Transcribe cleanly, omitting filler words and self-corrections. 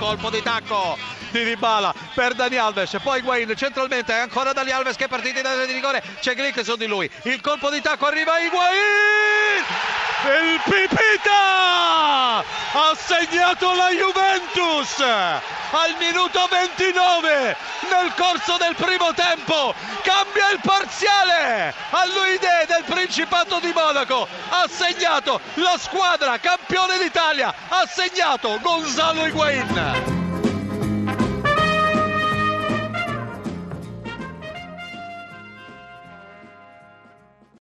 colpo di tacco di Dybala per Dani Alves, poi Higuain centralmente, ancora Dani Alves che è partito in area di rigore, c'è Glick su di lui, il colpo di tacco, arriva Higuain, il Pipita ha segnato la Juventus al minuto 29 nel corso del primo tempo, cambia il parziale all'Uidè del Principato di Monaco, ha segnato la squadra campione d'Italia, ha segnato Gonzalo Higuain.